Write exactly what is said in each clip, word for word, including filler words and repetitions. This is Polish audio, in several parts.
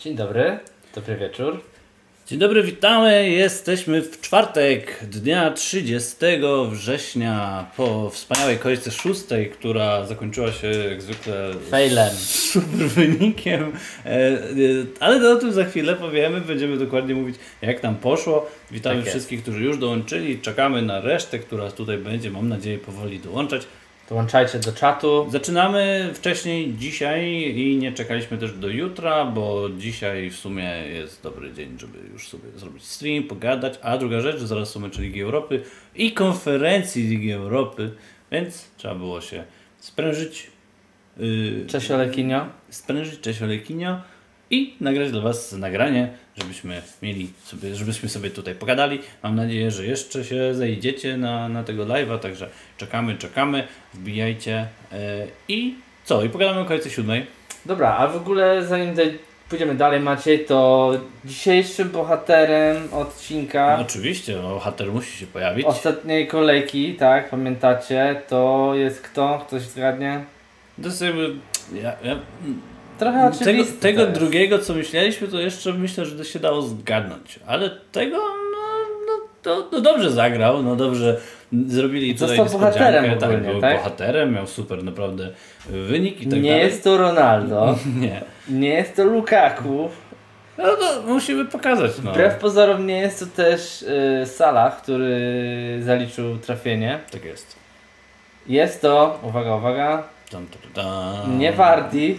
Dzień dobry, dobry wieczór. Dzień dobry, witamy. Jesteśmy w czwartek, dnia trzydziestego września, po wspaniałej kolejce szóstej, która zakończyła się jak zwykle failem. Super wynikiem, ale o tym za chwilę powiemy, będziemy dokładnie mówić, jak nam poszło. Witamy tak wszystkich, którzy już dołączyli, czekamy na resztę, która tutaj będzie, mam nadzieję, powoli dołączać. Dołączajcie do czatu. Zaczynamy wcześniej dzisiaj i nie czekaliśmy też do jutra, bo dzisiaj w sumie jest dobry dzień, żeby już sobie zrobić stream, pogadać. A druga rzecz, zaraz są mecze Ligi Europy i konferencji Ligi Europy, więc trzeba było się sprężyć. Yy, Cześć Olekinio. Sprężyć, cześć Olekinio i nagrać dla Was nagranie, żebyśmy mieli sobie, żebyśmy sobie tutaj pogadali. Mam nadzieję, że jeszcze się zejdziecie na, na tego live'a, także czekamy, czekamy, wbijajcie yy, i co? I pogadamy o kolejce siódmej. Dobra, a w ogóle zanim de- pójdziemy dalej, Maciej, to dzisiejszym bohaterem odcinka... No, oczywiście, no, bohater musi się pojawić. Ostatniej kolejki, tak, pamiętacie, to jest kto? Ktoś zgadnie? To jest jakby... Ja, ja, Trochę oczywiste. Tego, tego drugiego, co myśleliśmy, to jeszcze myślę, że to się dało zgadnąć. Ale tego, no, no, to, no dobrze zagrał, no dobrze zrobili tutaj Został bohaterem tak, ogólnie, był tak? bohaterem, miał super naprawdę wynik i tak Nie dalej. jest to Ronaldo. Nie. Nie jest to Lukaku. No to musimy pokazać, no. Wbrew pozorom nie jest to też y, Salah, który zaliczył trafienie. Tak jest. Jest to, uwaga, uwaga, Tam, tam, tam. nie Vardy.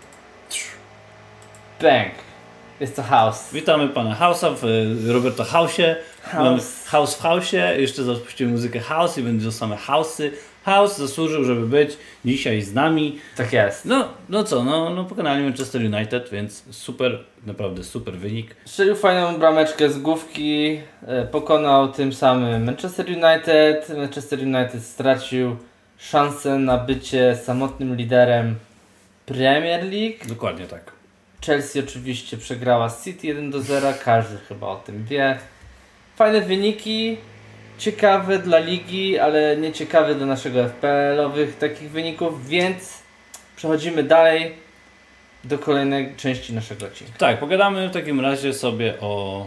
Bang. Jest to House. Witamy pana House'a w Roberto House'ie. House. House w House'ie. Jeszcze zapuścimy muzykę House i będą same House'y. House zasłużył, żeby być dzisiaj z nami. Tak jest. No, no co, no, no pokonali Manchester United, więc super, naprawdę super wynik. Strzelił fajną brameczkę z główki, e, pokonał tym samym Manchester United. Manchester United stracił szansę na bycie samotnym liderem Premier League. Dokładnie tak. Chelsea oczywiście przegrała z City jeden do zera, każdy chyba o tym wie. Fajne wyniki, ciekawe dla ligi, ale nie ciekawe dla naszego F P L-owych takich wyników, więc przechodzimy dalej do kolejnej części naszego odcinka. Tak, pogadamy w takim razie sobie o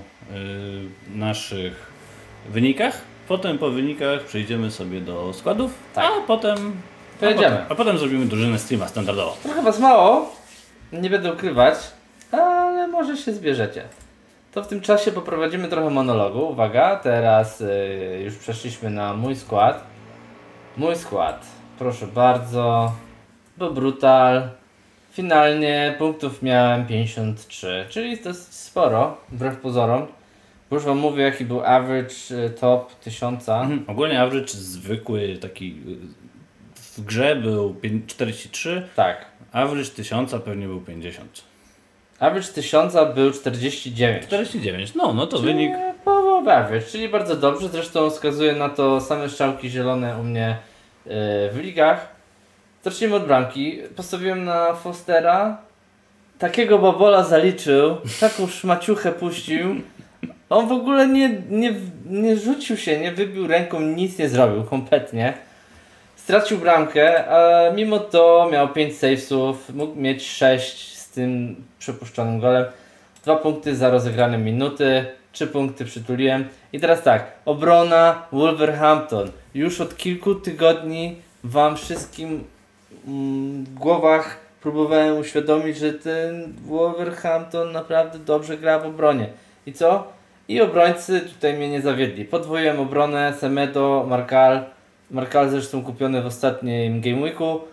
y, naszych wynikach. Potem po wynikach przejdziemy sobie do składów, Tak. a potem Pojedziemy. A potem, a potem zrobimy drużynę streama standardowo. Trochę was mało, nie będę ukrywać, ale może się zbierzecie. To w tym czasie poprowadzimy trochę monologu. Uwaga, teraz y, już przeszliśmy na mój skład. Mój skład, proszę bardzo, bo brutal. Finalnie punktów miałem pięćdziesiąt trzy, czyli to jest sporo, wbrew pozorom. Bo już wam mówię, jaki był average y, top tysiąca. Mhm. Ogólnie average zwykły taki y, w grze był czterdzieści trzy, Tak. average tysiąca pewnie był pięćdziesiąt. Average tysiąca był czterdzieści dziewięć. czterdzieści dziewięć, no, no to Czyli wynik. połowa average, czyli bardzo dobrze. Zresztą wskazuje na to same strzałki zielone u mnie yy, w ligach. Zacznijmy od bramki. Postawiłem na Fostera. Takiego babola zaliczył. Taką szmaciuchę puścił. On w ogóle nie, nie, nie rzucił się, nie wybił ręką, nic nie zrobił kompletnie. Stracił bramkę, a mimo to miał pięć savesów, mógł mieć sześć z tym przepuszczonym golem. dwa punkty za rozegrane minuty, trzy punkty przytuliłem. I teraz tak, obrona Wolverhampton. Już od kilku tygodni wam wszystkim mm, w głowach próbowałem uświadomić, że ten Wolverhampton naprawdę dobrze gra w obronie. I co? I obrońcy tutaj mnie nie zawiedli. Podwoiłem obronę, Semedo, Markal. Markal zresztą kupiony w ostatnim Game Weeku.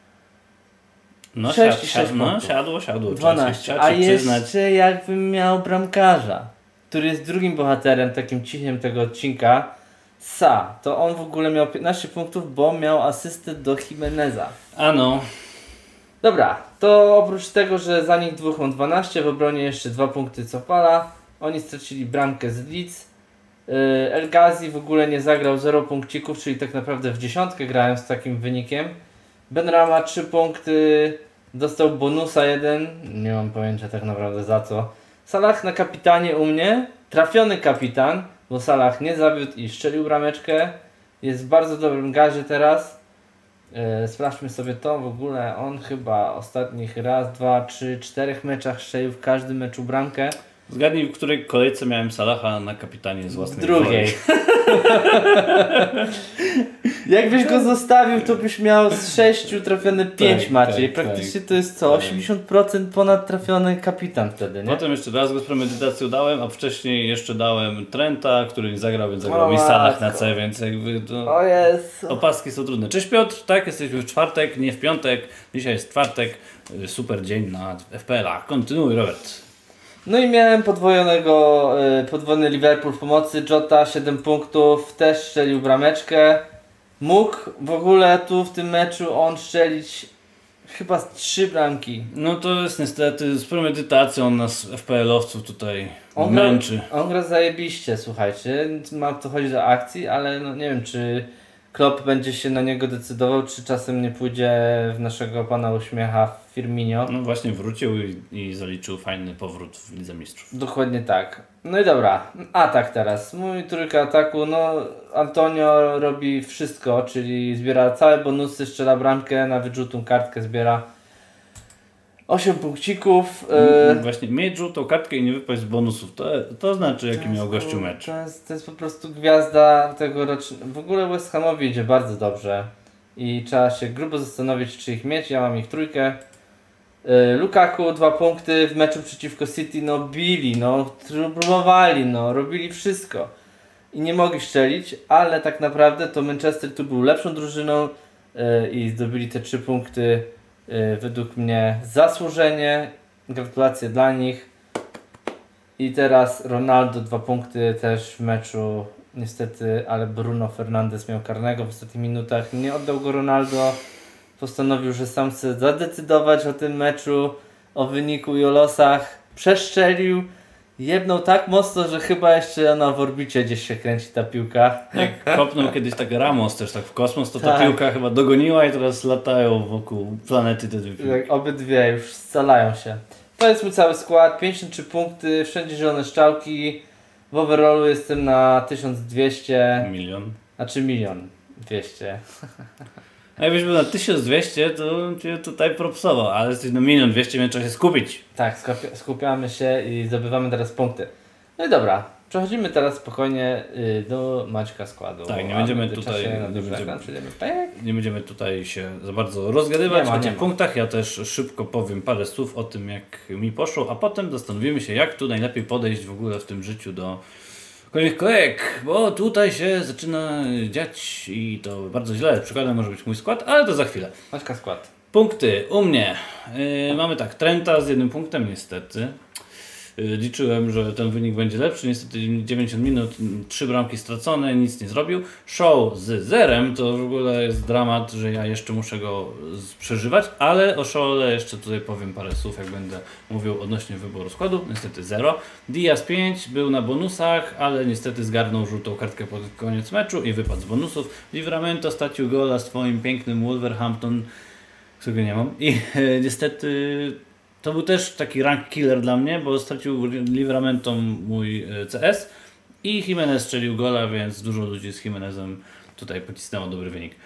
No, sześć siad, i sześć siad, no punktów. siadło, siadło. dwanaście. Trzeba A się przyznać. jeszcze jakbym miał bramkarza, który jest drugim bohaterem, takim cichym tego odcinka, Sa, to on w ogóle miał piętnaście punktów, bo miał asystę do Jimeneza. A no. Dobra, to oprócz tego, że za nich dwóch mam dwanaście, w obronie jeszcze dwa punkty Cofala. Oni stracili bramkę z Leeds. Yy, El Ghazi w ogóle nie zagrał, zero punkcików, czyli tak naprawdę w dziesiątkę grałem z takim wynikiem. Benrahma trzy punkty, dostał bonusa jeden, nie mam pojęcia tak naprawdę za co. Salah na kapitanie u mnie, trafiony kapitan, bo Salah nie zawiódł i strzelił brameczkę. Jest w bardzo dobrym gazie teraz. Yy, sprawdźmy sobie to, w ogóle on chyba ostatnich raz, dwa, trzy, czterech meczach strzelił w każdym meczu bramkę. Zgadnij, w której kolejce miałem Salaha na kapitanie z własnej w drugiej. Jakbyś go zostawił, to byś miał z sześciu trafione pięć tak, Maciej. tak, Praktycznie tak. to jest co? osiemdziesiąt procent ponad trafiony kapitan wtedy, nie? Potem jeszcze raz go z premedytacją dałem, a wcześniej jeszcze dałem Trenta, który nie zagrał, więc zagrał O mi Salah na matko. C, więc jakby to... O jest. Opaski są trudne. Cześć Piotr, tak, jesteśmy w czwartek, nie w piątek. Dzisiaj jest czwartek, super dzień na F P L a. Kontynuuj, Robert. No i miałem podwojonego, y, podwójny Liverpool w pomocy, Jota siedem punktów, też strzelił brameczkę. Mógł w ogóle tu w tym meczu on strzelić chyba z trzy bramki. No to jest niestety z premedytacją nas F P L-owców tutaj On męczy. gra, on gra zajebiście, słuchajcie, ma to chodzi do akcji, ale no nie wiem czy Klopp będzie się na niego decydował, czy czasem nie pójdzie w naszego pana uśmiecha Firmino. No właśnie wrócił i, i zaliczył fajny powrót w Lidze Mistrzów. Dokładnie tak. No i dobra, atak teraz. Mój trójka ataku, no Antonio robi wszystko, czyli zbiera całe bonusy, strzela bramkę, na wyrzutą kartkę zbiera osiem punkcików. Mm, Yy, Właśnie mieć żółtą kartkę i nie wypaść z bonusów, to, to znaczy jaki miał gościu mecz. To jest, to jest po prostu gwiazda tego rocznego. W ogóle West Hamowi idzie bardzo dobrze i trzeba się grubo zastanowić, czy ich mieć. Ja mam ich trójkę. Yy, Lukaku dwa punkty w meczu przeciwko City, no bili, no próbowali, no robili wszystko i nie mogli strzelić, ale tak naprawdę to Manchester tu był lepszą drużyną yy, i zdobyli te trzy punkty yy, według mnie zasłużenie. Gratulacje dla nich. I teraz Ronaldo dwa punkty też w meczu, niestety, ale Bruno Fernandes miał karnego w ostatnich minutach, nie oddał go Ronaldo, postanowił, że sam chce zadecydować o tym meczu, o wyniku i o losach, przeszczelił, jebnął tak mocno, że chyba jeszcze no, w orbicie gdzieś się kręci ta piłka. Jak kopnął kiedyś tak Ramos też tak w kosmos, to ta Tak. piłka chyba dogoniła i teraz latają wokół planety te dwie piłki. Tak, obydwie już scalają się. To jest mój cały skład, pięćdziesiąt trzy punkty, wszędzie zielone strzałki, w overallu jestem na tysiąc dwieście, Milion. znaczy milion dwieście. A jakbyś był na tysiąc dwieście, to cię tutaj propsował, ale jesteś na milion dwieście, więc trzeba się skupić. Tak, skupi- skupiamy się i zdobywamy teraz punkty. No i dobra, przechodzimy teraz spokojnie y, do Maćka składu. Tak, nie A będziemy w tutaj- międzyczasie na nie duży będziemy- ekran przejdziemy. Pajek. Nie będziemy tutaj się za bardzo rozgadywać Nie ma, o nie tych ma. punktach. Ja też szybko powiem parę słów o tym, jak mi poszło, a potem zastanowimy się, jak tu najlepiej podejść w ogóle w tym życiu do kolejnych kolejek, bo tutaj się zaczyna dziać i to bardzo źle. Przykładem może być mój skład, ale to za chwilę. Maćka skład. Punkty u mnie. Yy, mamy tak, Trenta z jednym punktem niestety. Yy, liczyłem, że ten wynik będzie lepszy. Niestety dziewięćdziesiąt minut, trzy bramki stracone, nic nie zrobił. Show z zerem, to w ogóle jest dramat, że ja jeszcze muszę go z- przeżywać, ale o Show'le jeszcze tutaj powiem parę słów, jak będę mówił odnośnie wyboru składu. Niestety zero. Diaz pięć, był na bonusach, ale niestety zgarnął żółtą kartkę pod koniec meczu i wypadł z bonusów. Livramento stracił gola swoim pięknym Wolverhampton, którego nie mam. I e, niestety to był też taki rank killer dla mnie, bo stracił Livramento mój e, C S i Jimenez strzelił gola, więc dużo ludzi z Jimenezem tutaj pocisnęło dobry wynik.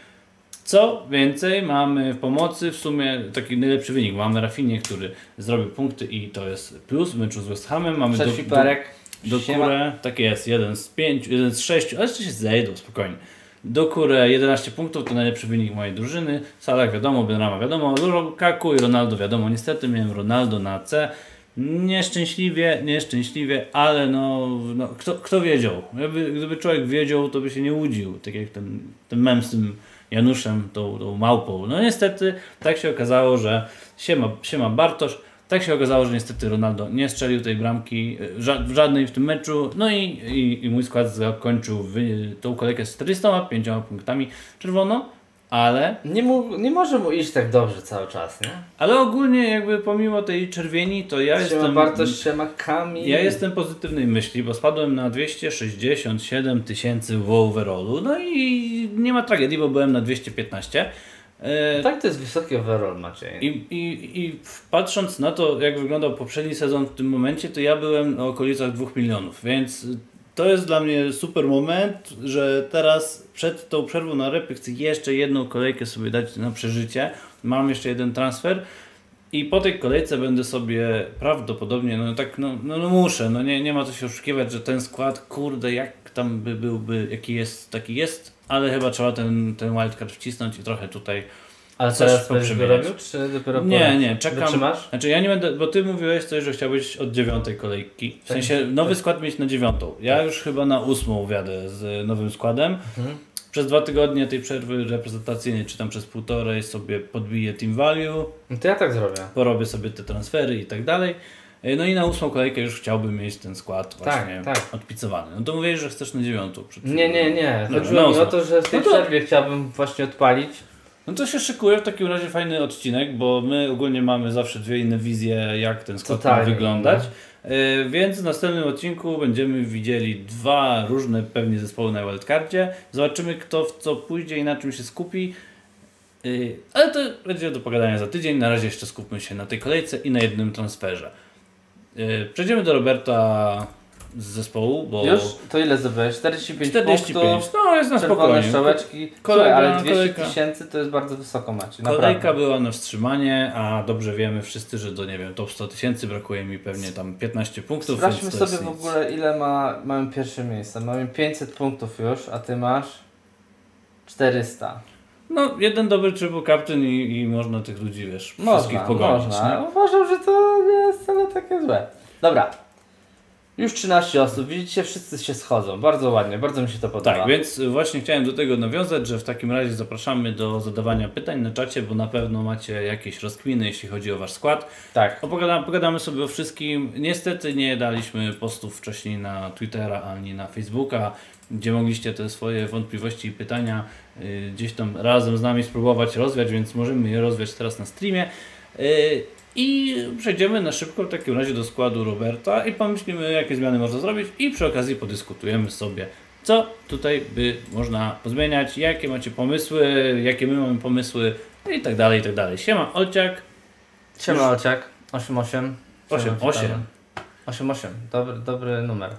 Co więcej, mamy w pomocy w sumie taki najlepszy wynik. Mamy Rafinę, który zrobił punkty i to jest plus w meczu z West Hamem. Mamy Przed do, Fiperek. do Kurę, tak jest, jeden z pięciu, jeden z sześciu, ale jeszcze się zejdą, spokojnie. Do Kurę jedenaście punktów, to najlepszy wynik mojej drużyny. Salah wiadomo, Benrahma wiadomo, Lukaku i Ronaldo wiadomo. Niestety miałem Ronaldo na C. Nieszczęśliwie, nieszczęśliwie, ale no, no kto, kto wiedział? Gdyby, gdyby człowiek wiedział, to by się nie łudził, tak jak ten, ten mem z tym Januszem, tą, tą małpą. No niestety tak się okazało, że siema, siema Bartosz. Tak się okazało, że niestety Ronaldo nie strzelił tej bramki ża- w żadnej w tym meczu. No i, i, i mój skład zakończył wy, tą kolejkę z czterdziestoma pięcioma punktami czerwono, ale, Nie, mógł, nie może mu iść tak dobrze cały czas, nie? ale ogólnie jakby pomimo tej czerwieni, to ja Siema jestem... Bartosz, siema Kamil. Ja jestem pozytywnej myśli, bo spadłem na dwieście sześćdziesiąt siedem tysięcy w overallu. No i nie ma tragedii, bo byłem na dwieście piętnaście. E, Tak, to jest wysoki overall, Maciej. I, i, I patrząc na to, jak wyglądał poprzedni sezon w tym momencie, to ja byłem na okolicach dwóch milionów, więc to jest dla mnie super moment, że teraz przed tą przerwą na repy chcę jeszcze jedną kolejkę sobie dać na przeżycie. Mam jeszcze jeden transfer i po tej kolejce będę sobie prawdopodobnie, no tak, no, no, no muszę, no nie, nie ma co się oszukiwać, że ten skład, kurde, jak tam by byłby, jaki jest, taki jest, ale chyba trzeba ten, ten wildcard wcisnąć i trochę tutaj. Ale coś teraz będziesz go poprzemieniać. robił, czy dopiero Nie, po... nie, czekam. Dotrzymasz? Znaczy ja nie będę, bo ty mówiłeś coś, że chciałbyś od dziewiątej kolejki. W Tak, sensie nowy tak. skład mieć na dziewiątą. Ja Tak. już chyba na ósmą wjadę z nowym składem. Mhm. Przez dwa tygodnie tej przerwy reprezentacyjnej, czy tam przez półtorej sobie podbiję team value, No to ja tak zrobię. porobię sobie te transfery i tak dalej. No i na ósmą kolejkę już chciałbym mieć ten skład właśnie Tak, tak. odpicowany. No to mówisz, że chcesz na dziewiątą. przed Nie, nie, nie. Dobra, Chodziło na mi o ósmą. to, że w tej No to- przerwie chciałbym właśnie odpalić. No to się szykuje w takim razie fajny odcinek, bo my ogólnie mamy zawsze dwie inne wizje, jak ten skład ma Totalnie wyglądać. Yy, więc w następnym odcinku będziemy widzieli dwa różne pewnie zespoły na wildcardzie. Zobaczymy, kto w co pójdzie i na czym się skupi. Yy, ale to będzie do pogadania za tydzień. Na razie jeszcze skupmy się na tej kolejce i na jednym transferze. Yy, przejdziemy do Roberta z zespołu, bo... Już? To ile zdobyłeś? czterdzieści pięć czterdzieści pięć. punktów, No jest na czerwone spokojnie. strzałeczki. Kolega- Słuchaj, ale dwieście kolejka. tysięcy to jest bardzo wysoko, Maciej. Kolejka Naprawdę. była na wstrzymanie, a dobrze wiemy wszyscy, że do nie wiem, top sto tysięcy brakuje mi pewnie tam piętnaście punktów. Sprawdźmy więc to sobie jest w nic. ogóle ile ma, mamy pierwsze miejsce. Mamy pięćset punktów już, a ty masz czterysta. No, jeden dobry triple captain i, i można tych ludzi, wiesz, wszystkich Można, pogonić. można. Nie? Uważam, że to nie jest wcale takie złe. Dobra. Już trzynaście osób. Widzicie, wszyscy się schodzą. Bardzo ładnie, bardzo mi się to podoba. Tak, więc właśnie chciałem do tego nawiązać, że w takim razie zapraszamy do zadawania pytań na czacie, bo na pewno macie jakieś rozkminy, jeśli chodzi o wasz skład. Tak. Opogadamy, pogadamy sobie o wszystkim. Niestety nie daliśmy postów wcześniej na Twittera ani na Facebooka, gdzie mogliście te swoje wątpliwości i pytania y, gdzieś tam razem z nami spróbować rozwiać, więc możemy je rozwiać teraz na streamie. Y, I przejdziemy na szybko w takim razie do składu Roberta i pomyślimy, jakie zmiany można zrobić i przy okazji podyskutujemy sobie, co tutaj by można pozmieniać, jakie macie pomysły, jakie my mamy pomysły i tak dalej, i tak dalej. Siema, Olciak. Siema Ociak. osiem osiem. osiem osiem. osiem osiem. Dobry, dobry numer.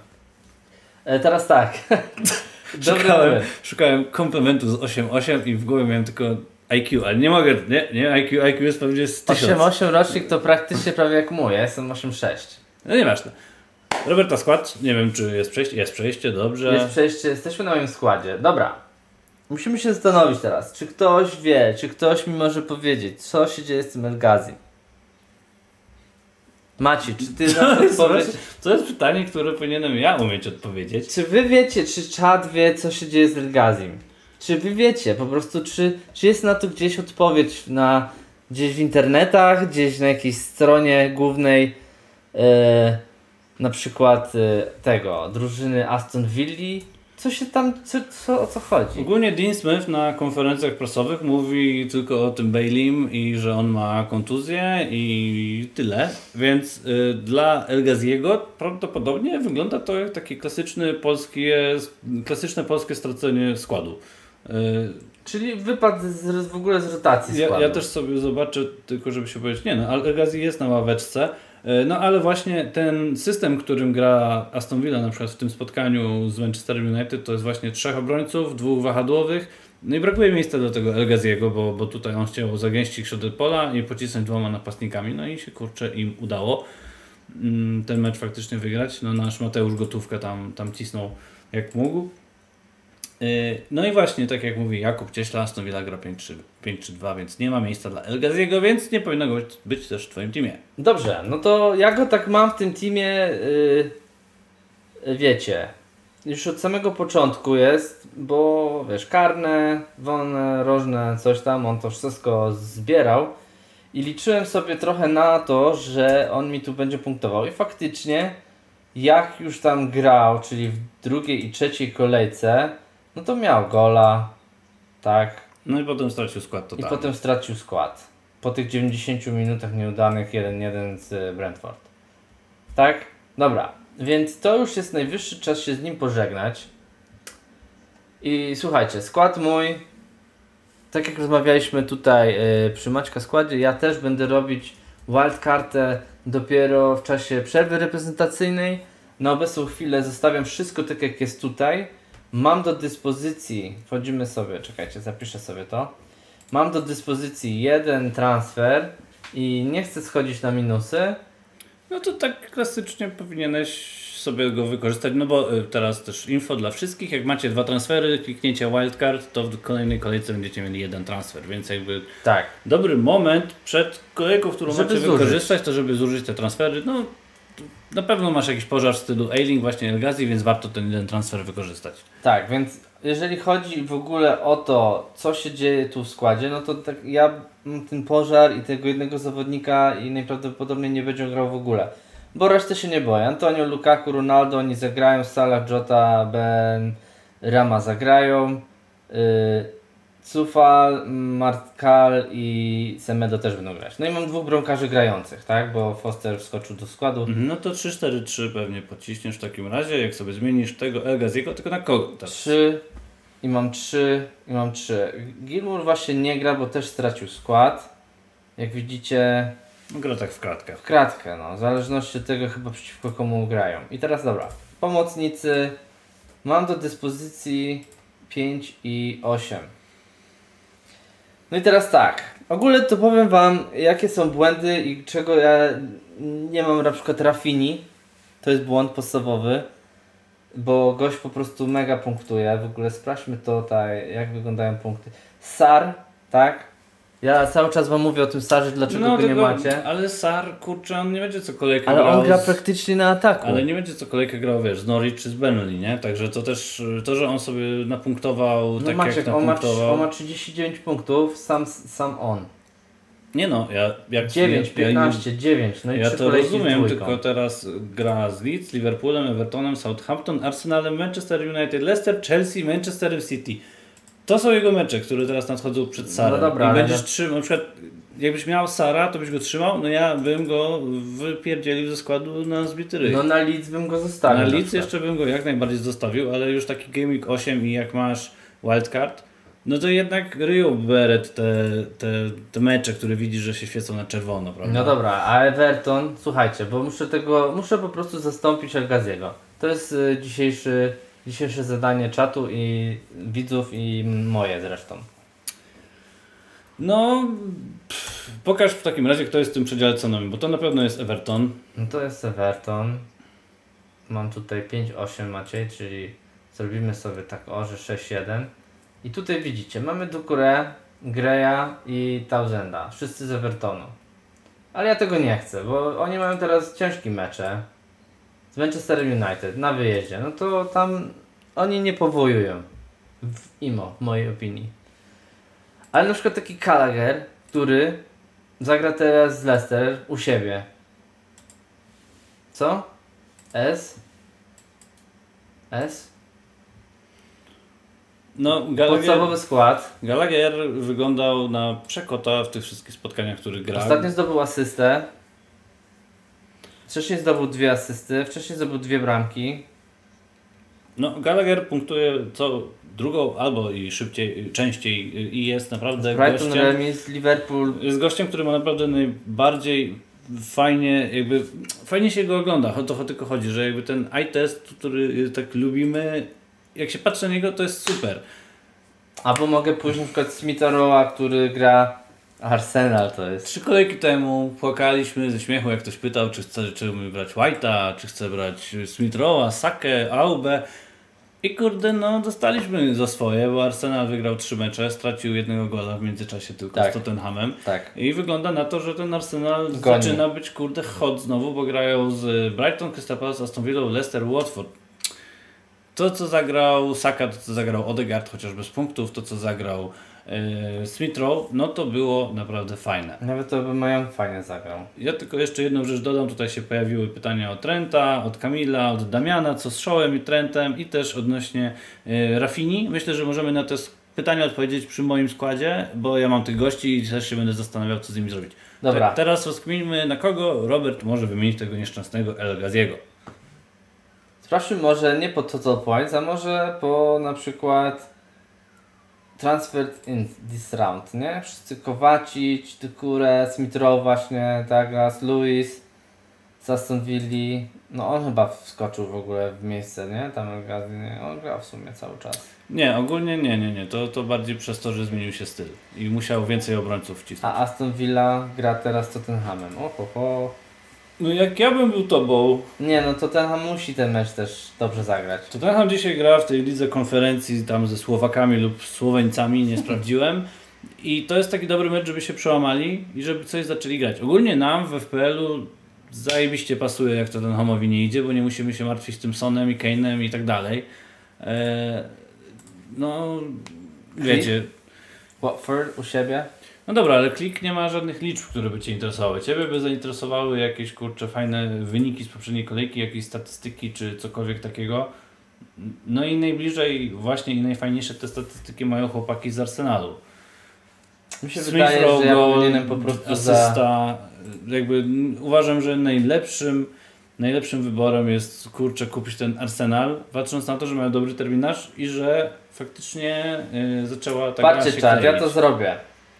E, teraz tak. Dobry Szukałem, numer. szukałem komplementu z osiem osiem i w głowie miałem tylko I Q, ale nie mogę, nie, nie, I Q, I Q jest pewnie z tysiąc. osiem osiem rocznik to praktycznie prawie jak mój. Ja jestem osiem sześć. No nieważne. Roberta skład, nie wiem czy jest przejście, jest przejście, dobrze. Jest przejście, jesteśmy na moim składzie. Dobra. Musimy się zastanowić teraz, czy ktoś wie, czy ktoś mi może powiedzieć, co się dzieje z tym Elgazim. Maci, czy ty na to odpowiedź? To jest pytanie, które powinienem ja umieć odpowiedzieć. Czy wy wiecie, czy czat wie, co się dzieje z Elgazim? Czy wy wiecie, po prostu, czy, czy jest na to gdzieś odpowiedź na, gdzieś w internetach, gdzieś na jakiejś stronie głównej, e, na przykład e, tego, drużyny Aston Villa? Co się tam, co, co, o co chodzi? Ogólnie Dean Smith na konferencjach prasowych mówi tylko o tym Baileym i że on ma kontuzję i tyle. Więc y, dla El Ghaziego prawdopodobnie wygląda to jak takie klasyczne polskie, klasyczne polskie stracenie składu. Y, Czyli wypad z, w ogóle z rotacji ja, składu. ja też sobie zobaczę, tylko żeby się powiedzieć, nie no, El Ghazi jest na ławeczce. No ale właśnie ten system, którym gra Aston Villa na przykład w tym spotkaniu z Manchesterem United, to jest właśnie trzech obrońców, dwóch wahadłowych. No i brakuje miejsca do tego El Ghaziego, bo, bo tutaj on chciał zagęścić środek pola i pocisnąć dwoma napastnikami. No i się kurczę im udało ten mecz faktycznie wygrać. No nasz Mateusz Gotówka tam, tam cisnął jak mógł. No i właśnie, tak jak mówi Jakub Cieśla, Aston Villa gra pięć trzy dwa, więc nie ma miejsca dla El Ghaziego, więc nie powinno go być, być też w twoim teamie. Dobrze, no to ja go tak mam w tym teamie, yy, wiecie, już od samego początku jest, bo wiesz, karne, wolne, rożne, coś tam, on to wszystko zbierał i liczyłem sobie trochę na to, że on mi tu będzie punktował i faktycznie jak już tam grał, czyli w drugiej i trzeciej kolejce, no to miał gola, tak. No i potem stracił skład totalnie. I potem stracił skład. Po tych dziewięćdziesięciu minutach nieudanych jeden jeden z Brentford. Tak? Dobra. Więc to już jest najwyższy czas się z nim pożegnać. I słuchajcie, skład mój, tak jak rozmawialiśmy tutaj yy, przy Maćka składzie, ja też będę robić wildcardę dopiero w czasie przerwy reprezentacyjnej, na obecną chwilę zostawiam wszystko tak jak jest tutaj. Mam do dyspozycji, wchodzimy sobie, czekajcie, zapiszę sobie to. Mam do dyspozycji jeden transfer i nie chcę schodzić na minusy. No to tak klasycznie powinieneś sobie go wykorzystać, no bo y, teraz też info dla wszystkich, jak macie dwa transfery, klikniecie wildcard, to w kolejnej kolejce będziecie mieli jeden transfer, więc jakby Tak. dobry moment przed kolejką, którą Żeby macie zużyć. wykorzystać, to żeby zużyć te transfery, no na pewno masz jakiś pożar w stylu Ailing, właśnie Elgazi, więc warto ten jeden transfer wykorzystać. Tak, więc jeżeli chodzi w ogóle o to, co się dzieje tu w składzie, no to tak ja mam ten pożar i tego jednego zawodnika i najprawdopodobniej nie będzie grał w ogóle. Bo reszty się nie boję. Antonio, Lukaku, Ronaldo, oni zagrają, Salah, Jota, Ben, Rama zagrają. Yy, Cufal, Martkal i Semedo też będą grać. No i mam dwóch bramkarzy grających, tak? Bo Foster wskoczył do składu. No to trzy cztery trzy pewnie pociśniesz w takim razie, jak sobie zmienisz tego Elgaziego, tylko na kogo teraz? Trzy i mam trzy i mam trzy. Gilmour właśnie nie gra, bo też stracił skład. Jak widzicie, No, gra tak w kratkę. w kratkę, no. W zależności od tego chyba przeciwko komu grają. I teraz dobra. Pomocnicy. Mam do dyspozycji pięć i osiem. No i teraz tak. Ogólnie to powiem wam, jakie są błędy i czego ja nie mam, na przykład Rafini. To jest błąd podstawowy. Bo gość po prostu mega punktuje. W ogóle sprawdźmy to, tak, jak wyglądają punkty. Sar, tak? Ja cały czas wam mówię o tym Sarze, dlaczego No go nie tylko, macie. ale Sar, kurczę, on nie będzie co kolejkę Ale grał on gra z... praktycznie na ataku. Ale nie będzie co kolejkę grał, wiesz, z Norwich czy z Burnley, nie? Także to też, to, że on sobie napunktował No tak Maciek, jak on ma, napunktował... on ma trzydzieści dziewięć punktów, sam, sam on. Nie no, ja... Jak, dziewięć, ja, piętnaście, dziewięć, no i Ja trzy to kolejki z rozumiem, dwójką. tylko teraz gra z Leeds, Liverpoolem, Evertonem, Southampton, Arsenalem, Manchester United, Leicester, Chelsea, Manchester City. To są jego mecze, które teraz nadchodzą przed Sarem. No dobra, I ale będziesz no- trzymał, na przykład jakbyś miał Sara, to byś go trzymał, no ja bym go wypierdzielił ze składu na zbity ryj. No na Leeds bym go zostawił. Na na Leeds przykład. jeszcze bym go jak najbardziej zostawił, ale już taki Game Week osiem i jak masz wildcard, no to jednak ryją beret te, te, te mecze, które widzisz, że się świecą na czerwono, prawda? No dobra, a Everton, słuchajcie, bo muszę tego, muszę po prostu zastąpić Elgaziego. To jest y, dzisiejszy, dzisiejsze zadanie czatu i widzów i moje zresztą. No, pff, pokaż w takim razie, kto jest w tym przedziale cenowym, bo to na pewno jest Everton. No to jest Everton. Mam tutaj pięć osiem Maciej, czyli zrobimy sobie tak o, że sześć jeden. I tutaj widzicie, mamy Doucouré, Greya i Townsenda. Wszyscy z Evertonu. Ale ja tego nie chcę, bo oni mają teraz ciężkie mecze. Z Manchester United na wyjeździe. No to tam oni nie powojują. W Imo, w mojej opinii. Ale na przykład taki Gallagher, który zagra teraz z Leicester u siebie. Co? S? S? No, Gallagher, Podstawowy skład. Gallagher wyglądał na przekota w tych wszystkich spotkaniach, w których grał. Ostatnio zdobył asystę. Wcześniej zdobył dwie asysty. Wcześniej zdobył dwie bramki. No, Gallagher punktuje co drugą albo i szybciej, częściej i jest naprawdę Brighton, gościem. remis, Liverpool. Jest gościem, który ma naprawdę najbardziej fajnie, jakby fajnie się go ogląda. O to tylko chodzi, że jakby ten eye test, który tak lubimy, jak się patrzy na niego, to jest super. Albo mogę pójść na przykład Smitha Rowe'a, który gra Arsenal, to jest. Trzy kolejki temu płakaliśmy ze śmiechu, jak ktoś pytał, czy chce, czy my brać White'a, czy chce brać Smith Rowe'a, Sakę, Aubę. I kurde, no dostaliśmy za swoje, bo Arsenal wygrał trzy mecze, stracił jednego gola w międzyczasie tylko Tak. z Tottenhamem. Tak. I wygląda na to, że ten Arsenal Goni. zaczyna być kurde hot znowu, bo grają z Brighton, Crystal Palace, Aston Villa, Leicester, Watford. To co zagrał Saka, to co zagrał Odegaard, chociaż bez punktów, to co zagrał yy, Smith Rowe, no to było naprawdę fajne. Nawet to by mają fajnie zagrał. Ja tylko jeszcze jedną rzecz dodam, tutaj się pojawiły pytania od Trenta, od Kamila, od Damiana, co z Showem i Trentem i też odnośnie yy, Rafini. Myślę, że możemy na te pytania odpowiedzieć przy moim składzie, bo ja mam tych gości i też się będę zastanawiał, co z nimi zrobić. Dobra. Te, teraz rozkminimy, na kogo Robert może wymienić tego nieszczęsnego El Ghaziego. Sprawdźmy może nie po Total Points, a może po na przykład Transferred in this round, nie? Wszyscy Kovacic, Doucouré, Smith Rowe właśnie, Douglas, Lewis. z Aston Villa. No on chyba wskoczył w ogóle w miejsce, nie? Tam El Ghazi, nie? On grał w sumie cały czas. Nie, ogólnie nie, nie, nie. To, to bardziej przez to, że zmienił się styl i musiał więcej obrońców wcisnąć. A Aston Villa gra teraz z Tottenhamem. Oho, ho. No jak ja bym był tobą... Nie no, Tottenham musi ten mecz też dobrze zagrać. Tottenham dzisiaj gra w tej lidze konferencji tam ze Słowakami lub Słoweńcami, nie sprawdziłem. I to jest taki dobry mecz, żeby się przełamali i żeby coś zaczęli grać. Ogólnie nam w F P L-u zajebiście pasuje, jak Tottenhamowi nie idzie, bo nie musimy się martwić tym Sonem i Kane'em i tak dalej. Eee, no, wiecie... Watford u siebie? No dobra, ale Klik nie ma żadnych liczb, które by Cię interesowały. Ciebie by zainteresowały jakieś kurcze fajne wyniki z poprzedniej kolejki, jakieś statystyki czy cokolwiek takiego. No i najbliżej właśnie i najfajniejsze te statystyki mają chłopaki z Arsenalu. Mi się Smith wydaje, Rowe, że ja powinienem po prostu asysta, za... jakby uważam, że najlepszym najlepszym wyborem jest kurczę kupić ten Arsenal, patrząc na to, że mają dobry terminarz i że faktycznie yy, zaczęła ta Patrzcie gra się czat, ja kleić. to zrobię.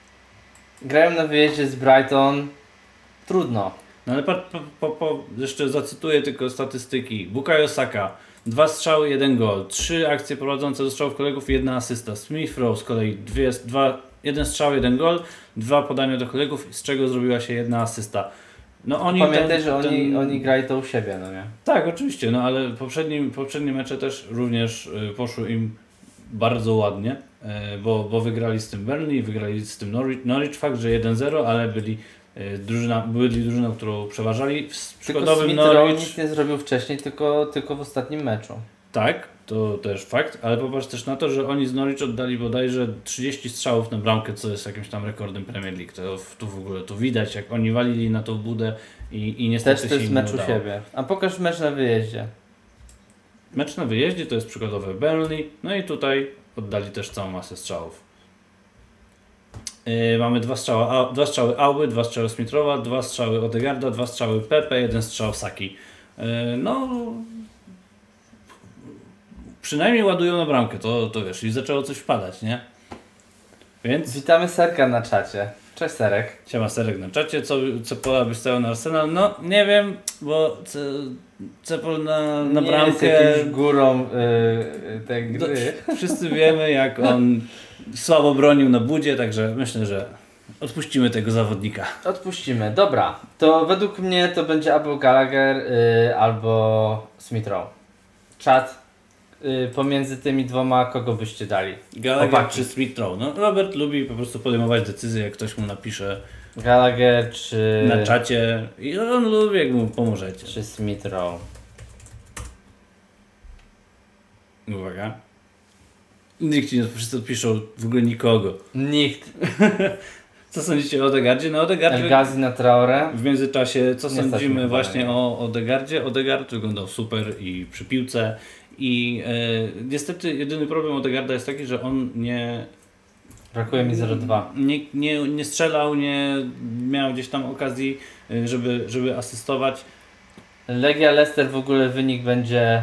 Grają na wyjeździe z Brighton. Trudno. No ale po, po, po, jeszcze zacytuję tylko statystyki. Bukayo Saka, dwa strzały, jeden gol, trzy akcje prowadzące do strzałów kolegów, jedna asysta. Smith Rowe z kolei dwie, dwa, jeden strzał, jeden gol, dwa podania do kolegów, z czego zrobiła się jedna asysta. No oni Pamiętaj, ten, że oni, ten... oni grali to u siebie, no nie? Tak, oczywiście, no ale poprzednie, poprzednie mecze też również y, poszły im bardzo ładnie, y, bo, bo wygrali z tym Burnley, wygrali z tym Norwich, Norwich fakt, że jeden zero, ale byli y, drużyna, byli drużyną, którą przeważali. W Tylko przykładowym Smith Rowe Norwich... nic nie zrobił wcześniej, tylko, tylko w ostatnim meczu. Tak, to też fakt, ale popatrz też na to, że oni z Norwich oddali bodajże trzydzieści strzałów na bramkę, co jest jakimś tam rekordem Premier League. To tu w ogóle to widać, jak oni walili na tą budę i, i niestety Też to się jest im nie mecz u udało. siebie. A pokaż mecz na wyjeździe. Mecz na wyjeździe to jest przykładowe Burnley, no i tutaj oddali też całą masę strzałów. Yy, mamy dwa strzały, a, dwa strzały Auby, dwa strzały Smithrowa, dwa strzały Odegaarda, dwa strzały Pepe, jeden strzał Saki. Yy, no... Przynajmniej ładują na bramkę, to, to wiesz, i zaczęło coś wpadać, nie? Więc... Witamy Serka na czacie. Cześć Serek. Siema Serek na czacie, co Cepola by stał na Arsenal? No nie wiem, bo ce, Cepol na, na Nie bramkę... jest jakimś górą yy, tej Do, gry. wszyscy wiemy, jak on słabo bronił na budzie, także myślę, że odpuścimy tego zawodnika. Odpuścimy. Dobra, to według mnie to będzie albo Gallagher yy, albo Smith Rowe. Czat. Yy, pomiędzy tymi dwoma kogo byście dali? Gallagher Chłopaki. czy Smith Rowe? No Robert lubi po prostu podejmować decyzje, jak ktoś mu napisze Gallagher czy... na czacie i on lubi, jak mu pomożecie. Czy Smith Rowe? Uwaga. Nikt ci nie, wszyscy odpiszą w ogóle nikogo. Nikt. Co sądzicie o Odegaardzie? No Odegaardzie... El Ghazi na Traore? W międzyczasie, co Nie stać sądzimy mnie właśnie chyba, o Odegaardzie? Odegaard wyglądał super i przy piłce i e, niestety jedyny problem Odegaarda jest taki, że on nie, Brakuje mi zero dwa. nie, nie, nie strzelał, nie miał gdzieś tam okazji, e, żeby, żeby asystować. Legia Leicester w ogóle wynik będzie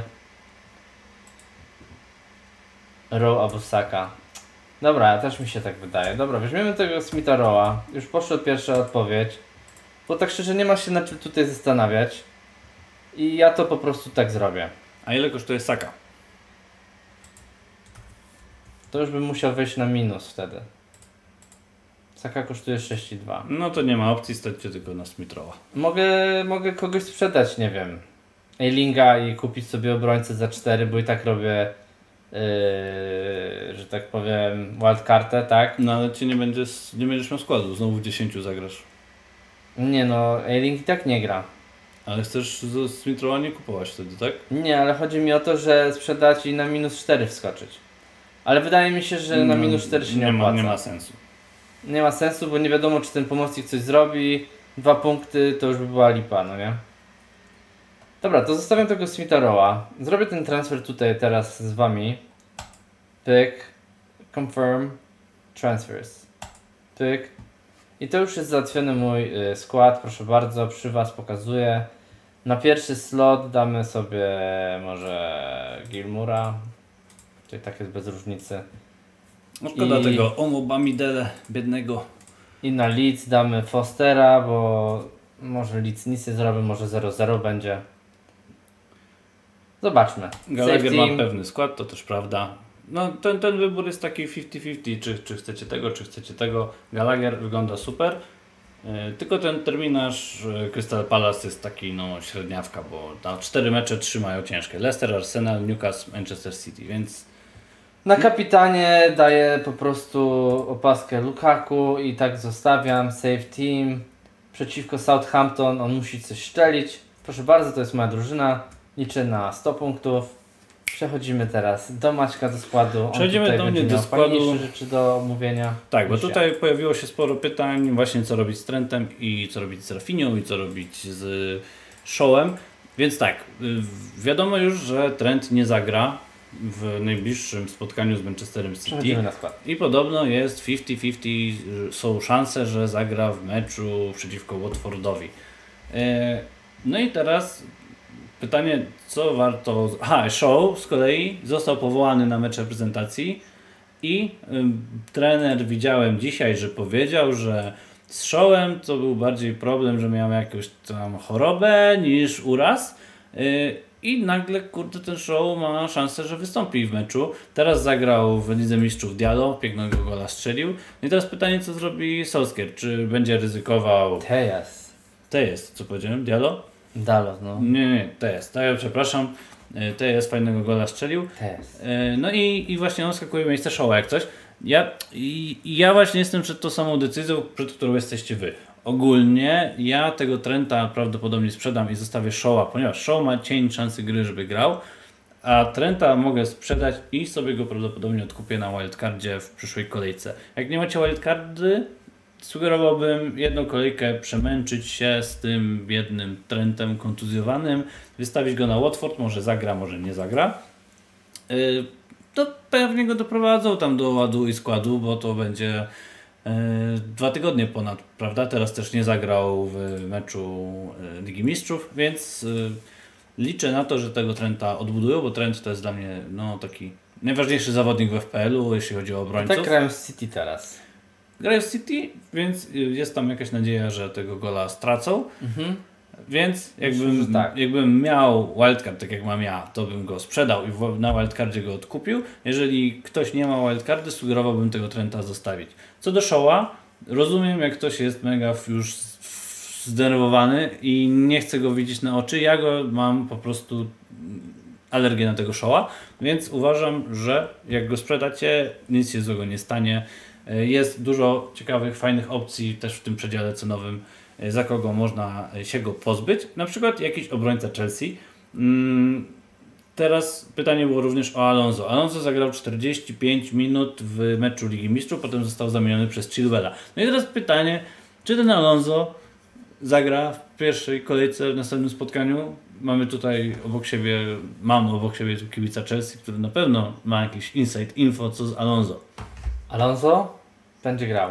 Rowe albo Saka. Dobra, też mi się tak wydaje. Dobra, weźmiemy tego Smitha Rowe'a. Już poszła pierwsza odpowiedź. Bo tak szczerze nie ma się na czym tutaj zastanawiać. I ja to po prostu tak zrobię. A ile kosztuje Saka? To już bym musiał wejść na minus wtedy. Saka kosztuje sześć i dwa. No to nie ma opcji, staćcie tylko na Smithrowa. Mogę, mogę kogoś sprzedać, nie wiem. Eilinga i kupić sobie obrońcę za cztery, bo i tak robię, yy, że tak powiem, wildcartę, tak? No ale ci nie będziesz, nie będziesz miał składu, znowu w dziesięciu zagrasz. Nie no, Eiling i tak nie gra. Ale chcesz z Smithrowa nie kupować wtedy, tak? Nie, ale chodzi mi o to, że sprzedać i na minus cztery wskoczyć. Ale wydaje mi się, że na No, minus cztery się nie, nie ma, opłaca. nie ma sensu. Nie ma sensu, bo nie wiadomo, czy ten pomocnik coś zrobi. Dwa punkty to już by była lipa, no nie? Dobra, to zostawiam tego Smitha Rowe'a. Zrobię ten transfer tutaj teraz z wami. Pyk. Confirm. Transfers. Pyk. I to już jest załatwiony mój y, skład. Proszę bardzo, przy was pokazuję. Na pierwszy slot damy sobie może Gilmoura. Czyli tak jest bez różnicy. No szkoda I- tego Omo Bamidele, biednego. I na Leeds damy Fostera, bo Może Leeds nic nie zrobi, może zero zero będzie. Zobaczmy. Gallagher Safety. ma pewny skład, to też prawda. No ten, ten wybór jest taki pięćdziesiąt pięćdziesiąt, czy, czy chcecie tego, czy chcecie tego. Gallagher wygląda super. Yy, tylko ten terminarz yy, Crystal Palace jest taki no średniawka, bo na cztery mecze trzymają ciężkie. Leicester, Arsenal, Newcastle, Manchester City, więc... Na kapitanie daję po prostu opaskę Lukaku i tak zostawiam. Save team. Przeciwko Southampton on musi coś szczelić. Proszę bardzo, to jest moja drużyna. Liczę na sto punktów. Przechodzimy teraz do Maćka, do składu. On Przechodzimy do mnie do składu. Fajniejsze rzeczy do omówienia. Tak, bo niż tutaj ja. pojawiło się sporo pytań właśnie co robić z Trentem i co robić z Rafinhą i co robić z Shawem. Więc tak, wiadomo już, że Trent nie zagra w najbliższym spotkaniu z Manchesterem City. Przechodzimy na skład. I podobno jest pięćdziesiąt pięćdziesiąt, są szanse, że zagra w meczu przeciwko Watfordowi. No i teraz pytanie, co warto... Aha, Shaw z kolei został powołany na mecz reprezentacji i ym, trener widziałem dzisiaj, że powiedział, że z Shawem to był bardziej problem, że miał jakąś tam chorobę niż uraz. Yy, I nagle, kurde, ten Shaw ma szansę, że wystąpi w meczu. Teraz zagrał w Lidze Mistrzów Diallo, pięknego gola strzelił. No i teraz pytanie, co zrobi Solskjaer? Czy będzie ryzykował... Tejas. To jest, co powiedziałem? Diallo? Dalo, no. Nie, nie, to jest. To ja przepraszam. To jest fajnego gola strzelił. Tejas. No i, i właśnie on skakuje w miejsce Shawa jak coś. Ja, i, ja właśnie jestem przed tą samą decyzją, przed którą jesteście wy. Ogólnie ja tego Trenta prawdopodobnie sprzedam i zostawię Shawa, ponieważ Shaw ma cień szansy gry, żeby grał, a Trenta mogę sprzedać i sobie go prawdopodobnie odkupię na wildcardzie w przyszłej kolejce. Jak nie macie wildcardy, sugerowałbym jedną kolejkę przemęczyć się z tym biednym Trentem kontuzjowanym, wystawić go na Watford, może zagra, może nie zagra. Yy, to pewnie go doprowadzą tam do ładu i składu, bo to będzie yy, dwa tygodnie ponad, prawda? Teraz też nie zagrał w meczu yy, Ligi Mistrzów, więc yy, liczę na to, że tego Trenta odbudują, bo Trent to jest dla mnie no, taki najważniejszy zawodnik w F P L u, jeśli chodzi o obrońców. Tak grają z City teraz. Grają z City, więc jest tam jakaś nadzieja, że tego gola stracą. Mhm. Więc jakbym, Myślę, że tak. jakbym miał wildcard, tak jak mam ja, to bym go sprzedał i w- na wildcardzie go odkupił. Jeżeli ktoś nie ma wildcardy, sugerowałbym tego Trenta zostawić. Co do Shawa, rozumiem, jak ktoś jest mega już zdenerwowany i nie chce go widzieć na oczy. Ja go mam po prostu alergię na tego Shawa, więc uważam, że jak go sprzedacie, nic się złego nie stanie. Jest dużo ciekawych, fajnych opcji też w tym przedziale cenowym, za kogo można się go pozbyć. Na przykład jakiś obrońca Chelsea. Teraz pytanie było również o Alonso. Alonso zagrał czterdzieści pięć minut w meczu Ligi Mistrzów, potem został zamieniony przez Chilwella. No i teraz pytanie, czy ten Alonso zagra w pierwszej kolejce w następnym spotkaniu? Mamy tutaj obok siebie, mam obok siebie tu kibica Chelsea, który na pewno ma jakiś insight, info co z Alonso. Alonso będzie grał.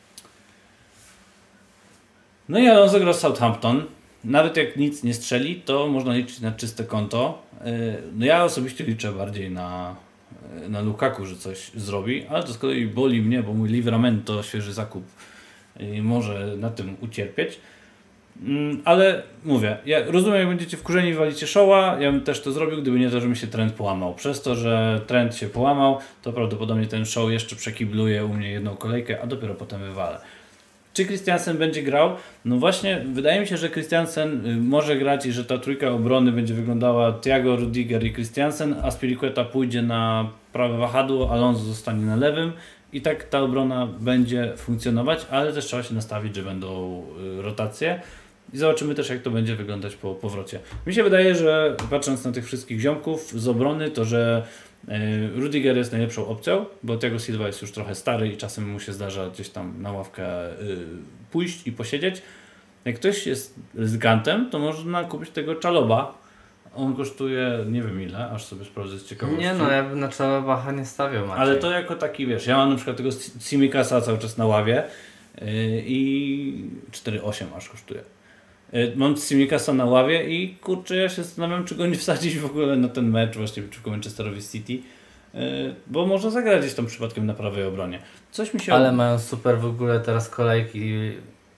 No i Alonso gra z Southampton. Nawet jak nic nie strzeli, to można liczyć na czyste konto. No ja osobiście liczę bardziej na, na Lukaku, że coś zrobi, ale to z kolei boli mnie, bo mój Livramento, świeży zakup, może na tym ucierpieć. Ale mówię, ja rozumiem, jak będziecie wkurzeni i walicie Shawa, ja bym też to zrobił, gdyby nie to, że mi się trend połamał. Przez to, że trend się połamał, to prawdopodobnie ten Shaw jeszcze przekibluje u mnie jedną kolejkę, a dopiero potem wywalę. Czy Christiansen będzie grał? No właśnie, wydaje mi się, że Christiansen może grać i że ta trójka obrony będzie wyglądała Thiago, Rudiger i Christiansen, a Spilicueta pójdzie na prawe wahadło, Alonso zostanie na lewym i tak ta obrona będzie funkcjonować, ale też trzeba się nastawić, że będą rotacje. I zobaczymy też, jak to będzie wyglądać po powrocie. Mi się wydaje, że patrząc na tych wszystkich ziomków z obrony, to że y, Rudiger jest najlepszą opcją, bo Thiago Silva jest już trochę stary i czasem mu się zdarza gdzieś tam na ławkę y, pójść i posiedzieć. Jak ktoś jest ryzykantem, to można kupić tego Czaloba. On kosztuje nie wiem ile, aż sobie sprawdzę z ciekawości. Nie no, ja bym na Czalobacha nie stawiał, Maciej. Ale to jako taki, wiesz, ja mam na przykład tego Simikasa cały czas na ławie yy, i cztery osiem aż kosztuje. Mam Simikasa na ławie i kurczę, ja się zastanawiam, czy go nie wsadzić w ogóle na ten mecz właśnie przeciwko Manchesterowi City, yy, bo może zagrać gdzieś tam przypadkiem na prawej obronie. Coś mi się... Ale mają super w ogóle teraz kolejki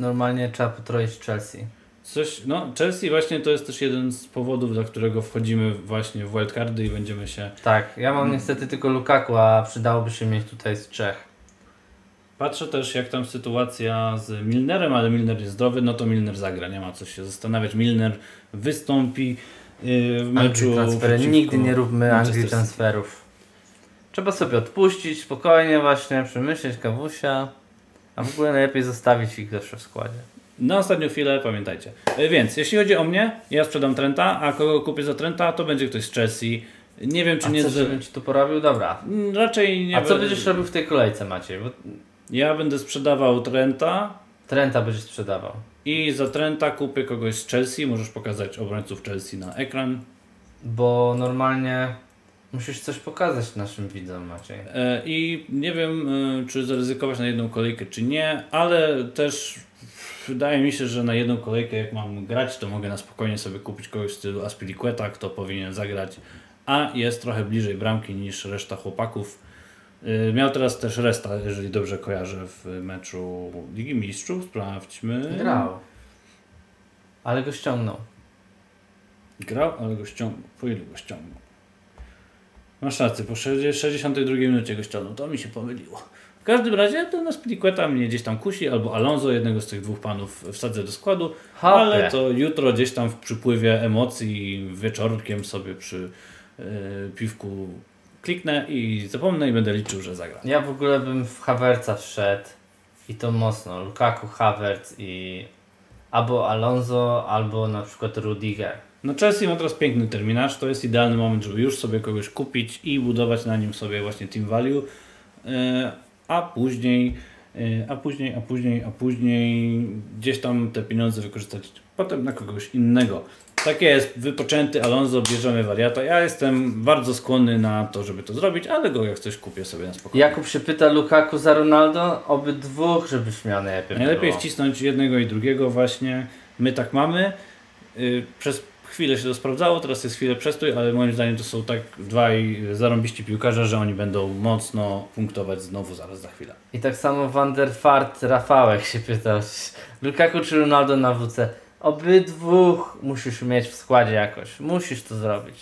normalnie trzeba potroić Chelsea. Coś, no Chelsea właśnie to jest też jeden z powodów, dla którego wchodzimy właśnie w wildcardy i będziemy się... Tak, ja mam niestety tylko Lukaku, a przydałoby się mieć tutaj z Czech. Patrzę też jak tam sytuacja z Milnerem, ale Milner jest zdrowy, no to Milner zagra, nie ma co się zastanawiać. Milner wystąpi yy, w meczu transfery. Nigdy nie róbmy Manchester Anglii transferów. Trzeba sobie odpuścić, spokojnie właśnie, przemyśleć kawusia, a w ogóle najlepiej zostawić ich zawsze w składzie. Na ostatnią chwilę pamiętajcie. Yy, więc jeśli chodzi o mnie, ja sprzedam Trenta, a kogo kupię za Trenta, to będzie ktoś z Chelsea. Nie wiem czy a nie... co, z... żebym ci tu porobił? Dobra. Raczej nie... A co będziesz robił w tej kolejce, Maciej? Bo... Ja będę sprzedawał Trenta. Trenta będziesz sprzedawał. I za Trenta kupię kogoś z Chelsea. Możesz pokazać obrońców Chelsea na ekran. Bo normalnie musisz coś pokazać naszym widzom, Maciej. E, I nie wiem, e, czy zaryzykować na jedną kolejkę, czy nie, ale też wydaje mi się, że na jedną kolejkę, jak mam grać, to mogę na spokojnie sobie kupić kogoś w stylu Aspilicueta, kto powinien zagrać, a jest trochę bliżej bramki niż reszta chłopaków. E, miał teraz też resta, jeżeli dobrze kojarzę, w meczu Ligi Mistrzów. Sprawdźmy. Grał. Ale go ściągnął. Grał, ale go ściągnął. Po ilu go ściągnął? Masz rację, po sześćdziesiątej drugiej minucie go ściągnął. To mi się pomyliło. W każdym razie to Aspilicueta mnie gdzieś tam kusi, albo Alonso, jednego z tych dwóch panów wsadzę do składu, Hopie. ale to jutro gdzieś tam w przypływie emocji wieczorkiem sobie przy yy, piwku kliknę i zapomnę i będę liczył, że zagra. Ja w ogóle bym w Havertza wszedł i to mocno. Lukaku, Havertz i albo Alonso, albo na przykład Rudiger. No Chelsea ma teraz piękny terminarz, to jest idealny moment, żeby już sobie kogoś kupić i budować na nim sobie właśnie team value, yy, a później, yy, a później, a później, a później gdzieś tam te pieniądze wykorzystać potem na kogoś innego. Tak jest, wypoczęty Alonso, bierzemy wariata. Ja jestem bardzo skłonny na to, żeby to zrobić, ale go jak coś kupię sobie na spokojnie. Jakub się pyta Lukaku za Ronaldo, obydwóch, żebyś miał najlepiej. Najlepiej było. wcisnąć jednego i drugiego właśnie. My tak mamy. Yy, przez chwilę się to sprawdzało, teraz jest chwilę przestój, ale moim zdaniem to są tak dwaj zarąbiści piłkarze, że oni będą mocno punktować znowu zaraz za chwilę. I tak samo Van der Fart Rafałek się pytał, Lukaku czy Ronaldo na W C? Obydwóch musisz mieć w składzie jakoś, musisz to zrobić.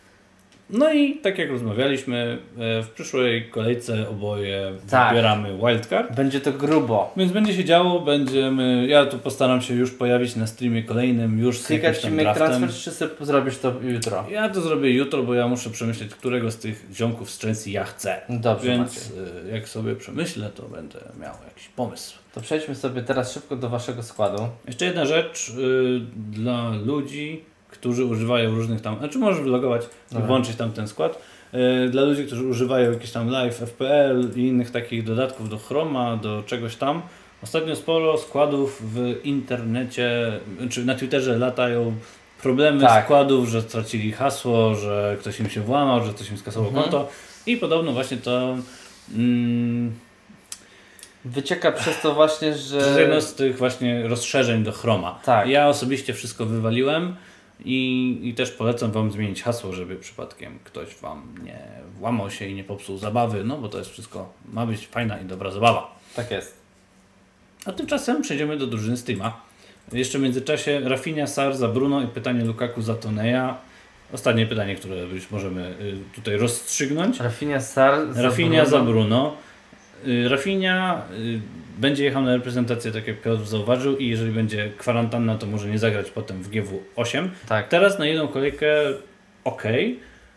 No i tak jak rozmawialiśmy, w przyszłej kolejce oboje Tak. wybieramy wildcard. Będzie to grubo. Więc będzie się działo, będziemy, ja tu postaram się już pojawić na streamie kolejnym, już z Klikać jakimś ci tam make draftem. transfer, czy sobie zrobisz to jutro? Ja to zrobię jutro, bo ja muszę przemyśleć, którego z tych ziomków z Chelsea ja chcę. Dobrze, Więc Maciej. y, jak sobie przemyślę, to będę miał jakiś pomysł. To przejdźmy sobie teraz szybko do waszego składu. Jeszcze jedna rzecz y, dla ludzi, którzy używają różnych tam, znaczy możesz wylogować i Dobra. włączyć tam ten skład. Y, dla ludzi, którzy używają jakichś tam live, F P L i innych takich dodatków do Chroma, do czegoś tam. Ostatnio sporo składów w internecie, czy na Twitterze latają problemy Tak. składów, że stracili hasło, że ktoś im się włamał, że ktoś im skasował Mhm. konto i podobno właśnie to mm, Wycieka przez to właśnie, to jest że... jedno z tych właśnie rozszerzeń do Chroma. Tak. Ja osobiście wszystko wywaliłem i, i też polecam Wam zmienić hasło, żeby przypadkiem ktoś Wam nie włamał się i nie popsuł zabawy, no bo to jest wszystko, ma być fajna i dobra zabawa. Tak jest. A tymczasem przejdziemy do drużyny Steama. Jeszcze w międzyczasie Rafinha, Sarr za Bruno i pytanie Lukaku za Toneja. Ostatnie pytanie, które już możemy y, tutaj rozstrzygnąć. Rafinha, Sarr, za Rafinha za Bruno. Bruno. Y, Rafinha y, będzie jechał na reprezentację, tak jak Piotr zauważył, i jeżeli będzie kwarantanna, to może nie zagrać potem w G W osiem. Tak. Teraz na jedną kolejkę ok. Y,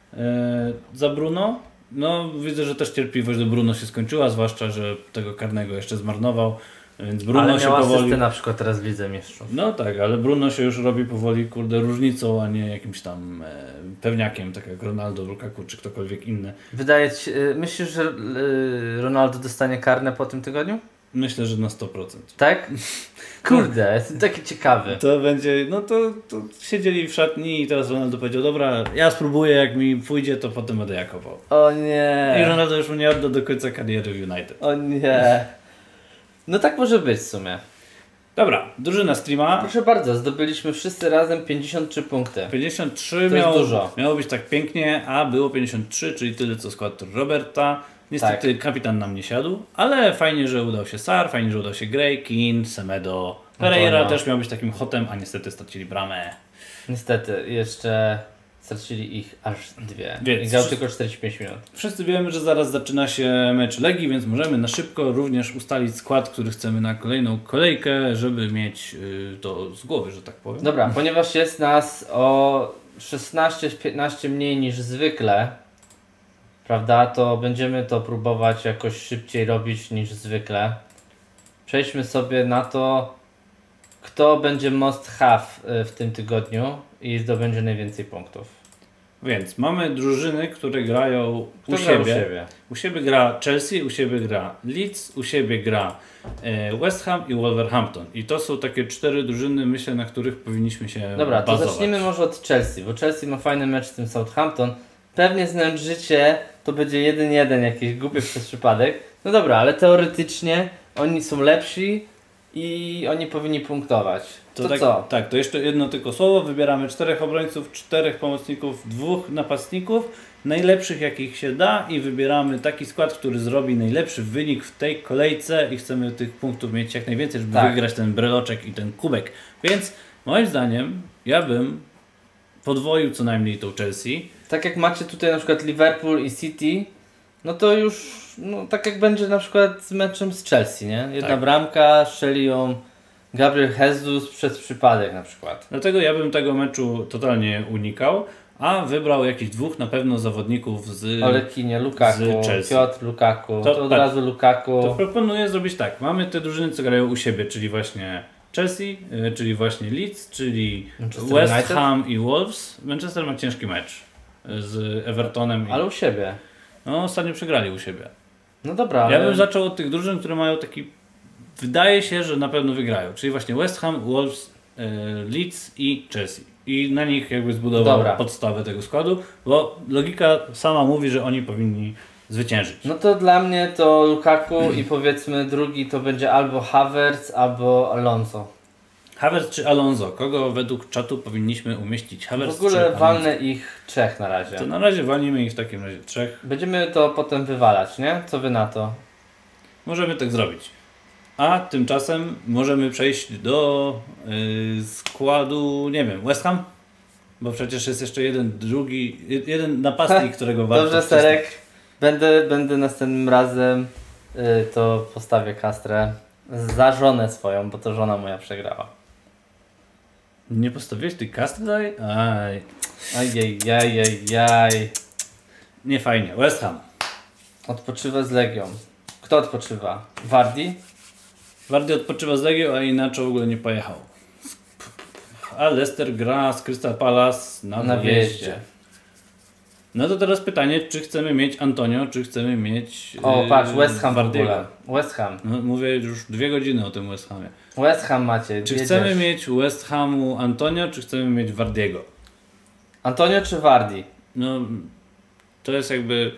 za Bruno. No widzę, że też cierpliwość do Bruno się skończyła, zwłaszcza, że tego karnego jeszcze zmarnował. Więc Bruno Ale się miał powoli... asystę na przykład teraz w Lidze Mistrzów. No tak, ale Bruno się już robi powoli, kurde, różnicą, a nie jakimś tam e, pewniakiem, tak jak Ronaldo, Lukaku czy ktokolwiek inny. Wydaje ci y, myślisz, że y, Ronaldo dostanie karne po tym tygodniu? Myślę, że na sto procent. Tak? Kurde, jestem taki ciekawy. To będzie, no to, to siedzieli w szatni i teraz Ronaldo powiedział, dobra, ja spróbuję, jak mi pójdzie, to potem będę ja kopał. O I nie. Ronaldo już mu nie odda do końca kariery w United. O nie. No tak może być w sumie. Dobra, drużyna streama. Proszę bardzo, zdobyliśmy wszyscy razem pięćdziesiąt trzy punkty. pięćdziesiąt trzy To jest miało, dużo. miało być tak pięknie, a było pięćdziesiąt trzy, czyli tyle co skład Roberta. Niestety kapitan nam nie siadł, ale fajnie, że udał się Sarr, fajnie, że udał się Gray, Keane, Semedo, Pereira Antonio. też miał być takim hotem, a niestety stracili bramę. Niestety, jeszcze stracili ich aż dwie. Więc I grał wszyscy- tylko czterdzieści pięć minut. Wszyscy wiemy, że zaraz zaczyna się mecz Legii, więc możemy na szybko również ustalić skład, który chcemy na kolejną kolejkę, żeby mieć y, to z głowy, że tak powiem. Dobra, ponieważ jest nas o szesnaście piętnaście mniej niż zwykle, prawda, to będziemy to próbować jakoś szybciej robić niż zwykle. Przejdźmy sobie na to, kto będzie must have y, w tym tygodniu i zdobędzie najwięcej punktów. Więc mamy drużyny, które grają Kto u gra siebie. u siebie? U siebie gra Chelsea, u siebie gra Leeds, u siebie gra e, West Ham i Wolverhampton. I to są takie cztery drużyny, myślę, na których powinniśmy się Dobra, to bazować. zacznijmy może od Chelsea, bo Chelsea ma fajny mecz z tym Southampton. Pewnie znając życie, to będzie jeden jeden jakiś głupie przez przypadek. No dobra, ale teoretycznie oni są lepsi i oni powinni punktować. To, To tak, co? tak, to jeszcze jedno tylko słowo. Wybieramy czterech obrońców, czterech pomocników, dwóch napastników, najlepszych jakich się da i wybieramy taki skład, który zrobi najlepszy wynik w tej kolejce i chcemy tych punktów mieć jak najwięcej, żeby Tak. wygrać ten breloczek i ten kubek. Więc moim zdaniem ja bym podwoił co najmniej tą Chelsea. Tak jak macie tutaj na przykład Liverpool i City, no to już no, tak jak będzie na przykład z meczem z Chelsea, nie? Jedna Tak. bramka, strzeli ją Gabriel Jesus przez przypadek na przykład. Dlatego ja bym tego meczu totalnie unikał, a wybrał jakichś dwóch na pewno zawodników z... Olekinie, Lukaku, z Chelsea. Piotr Lukaku, To to, od tak. razu Lukaku. To proponuję zrobić tak. Mamy te drużyny, co grają u siebie, czyli właśnie Chelsea, y, czyli właśnie Leeds, czyli Manchester West United? Ham i Wolves. Manchester ma ciężki mecz y, z Evertonem. I... Ale u siebie. No, ostatnio przegrali u siebie. No dobra, Ja ale... bym zaczął od tych drużyn, które mają taki... Wydaje się, że na pewno wygrają. Czyli właśnie West Ham, Wolves, y, Leeds i Chelsea. I na nich jakby zbudował Dobra. podstawę tego składu, bo logika sama mówi, że oni powinni zwyciężyć. No to dla mnie to Lukaku i powiedzmy drugi to będzie albo Havertz, albo Alonso. Havertz czy Alonso? Kogo według czatu powinniśmy umieścić? W Havertz czy ogóle Alonso? walnę ich trzech na razie. To na razie walnimy ich w takim razie trzech. Będziemy to potem wywalać, nie? Co wy na to? Możemy tak zrobić. A tymczasem możemy przejść do yy, składu, nie wiem, West Ham? Bo przecież jest jeszcze jeden drugi, je- jeden napastnik, którego warto Dobrze, wcisnąć. Serek. Będę, będę następnym razem y, to postawię kastrę za żonę swoją, bo to żona moja przegrała. Nie postawiłeś tej kastry dalej? Aj, Ajajajajaj. nie fajnie. West Ham. Odpoczywa z Legią. Kto odpoczywa? Wardi? Wardy odpoczywa z Legią, a inaczej w ogóle nie pojechał. A Leicester gra z Crystal Palace na, Na wyjeździe. wjeździe. No to teraz pytanie, czy chcemy mieć Antonio, czy chcemy mieć O, yy, patrz, West Ham w Wardiego. ogóle. West Ham. No, mówię już dwie godziny o tym West Hamie. West Ham macie. Czy jedziesz. chcemy mieć West Hamu Antonio, czy chcemy mieć Wardiego? Antonio czy Wardi? No, to jest jakby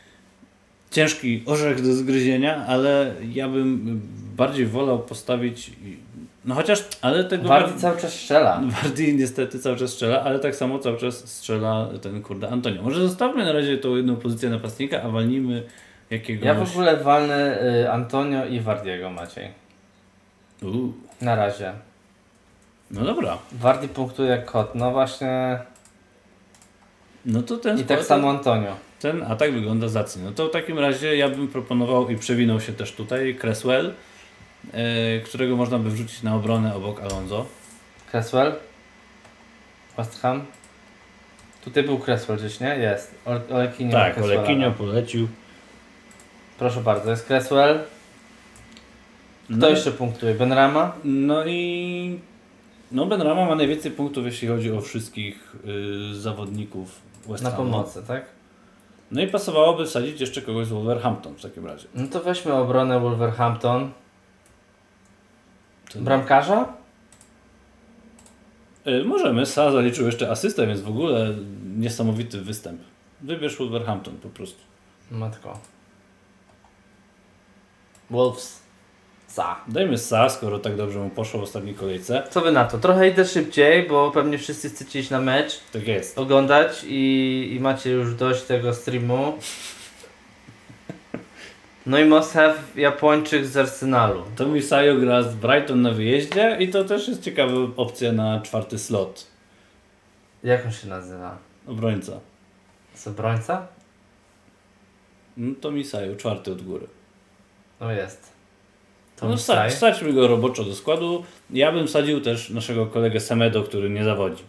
ciężki orzech do zgryzienia, ale ja bym bardziej wolał postawić, no chociaż, ale tego... Wardi cały czas strzela. Wardy niestety cały czas strzela, ale tak samo cały czas strzela ten kurde Antonio. Może zostawmy na razie tą jedną pozycję napastnika, a walnijmy jakiegoś... Ja w ogóle walnę y, Antonio i Wardiego, Maciej. Uuu, Na razie. no dobra. Wardi punktuje jak kot. No właśnie. No to ten I tak skład- samo Antonio. Ten atak wygląda zacnie. No to w takim razie ja bym proponował i przewinął się też tutaj Cresswell, yy, którego można by wrzucić na obronę obok Alonso. Cresswell? West Ham? Tutaj był Cresswell gdzieś, nie? Jest. Ole- Olekinio. Tak, Cresswella. Olekinio polecił. Proszę bardzo, jest Cresswell. Kto No, jeszcze punktuje? Benrama? no i no Benrahma ma najwięcej punktów, jeśli chodzi o wszystkich yy, zawodników West Na Hamu. pomocy, tak? No i pasowałoby wsadzić jeszcze kogoś z Wolverhampton w takim razie. No to weźmy obronę Wolverhampton. To- Bramkarza? Yy, możemy, Sa zaliczył jeszcze asystę, więc w ogóle niesamowity występ. Wybierz Wolverhampton po prostu. Matko. Wolves. Sa. Dajmy Sa, skoro tak dobrze mu poszło w ostatniej kolejce. Co wy na to? Trochę idę szybciej, bo pewnie wszyscy chcecie iść na mecz, Tak jest. oglądać i, i macie już dość tego streamu. No i must have Japończyk z Arsenalu. Tomi Sayo gra z Brighton na wyjeździe i to też jest ciekawa opcja na czwarty slot. Jak on się nazywa? Obrońca. Z obrońca? No, Tomi Sayo, czwarty od góry. No jest. To No wsta- wsadźmy go roboczo do składu. Ja bym wsadził też naszego kolegę Semedo, który nie zawodzi.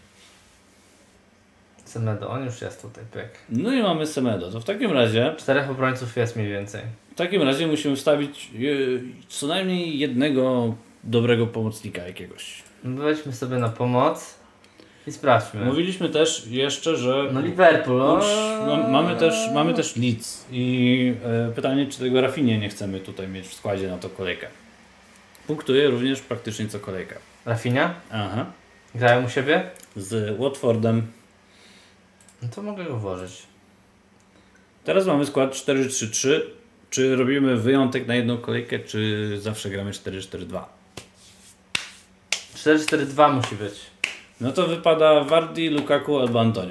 Semedo, on już jest tutaj, pyk. No i mamy Semedo. To w takim razie Czterech obrońców jest mniej więcej. w takim razie musimy wstawić yy, co najmniej jednego dobrego pomocnika jakiegoś. No weźmy sobie na pomoc i sprawdźmy. Mówiliśmy też jeszcze, że No Liverpool, o... Już mam- mamy też, mamy też Leeds i e, pytanie, czy tego Rafinie nie chcemy tutaj mieć w składzie na to kolejkę. Punktuje również praktycznie co kolejkę. Rafinha? Aha. Grają u siebie? Z Watfordem. No to mogę go włożyć. Teraz mamy skład cztery trzy trzy. Czy robimy wyjątek na jedną kolejkę, czy zawsze gramy cztery cztery dwa? cztery cztery dwa musi być. No to wypada Vardy, Lukaku albo Antonio.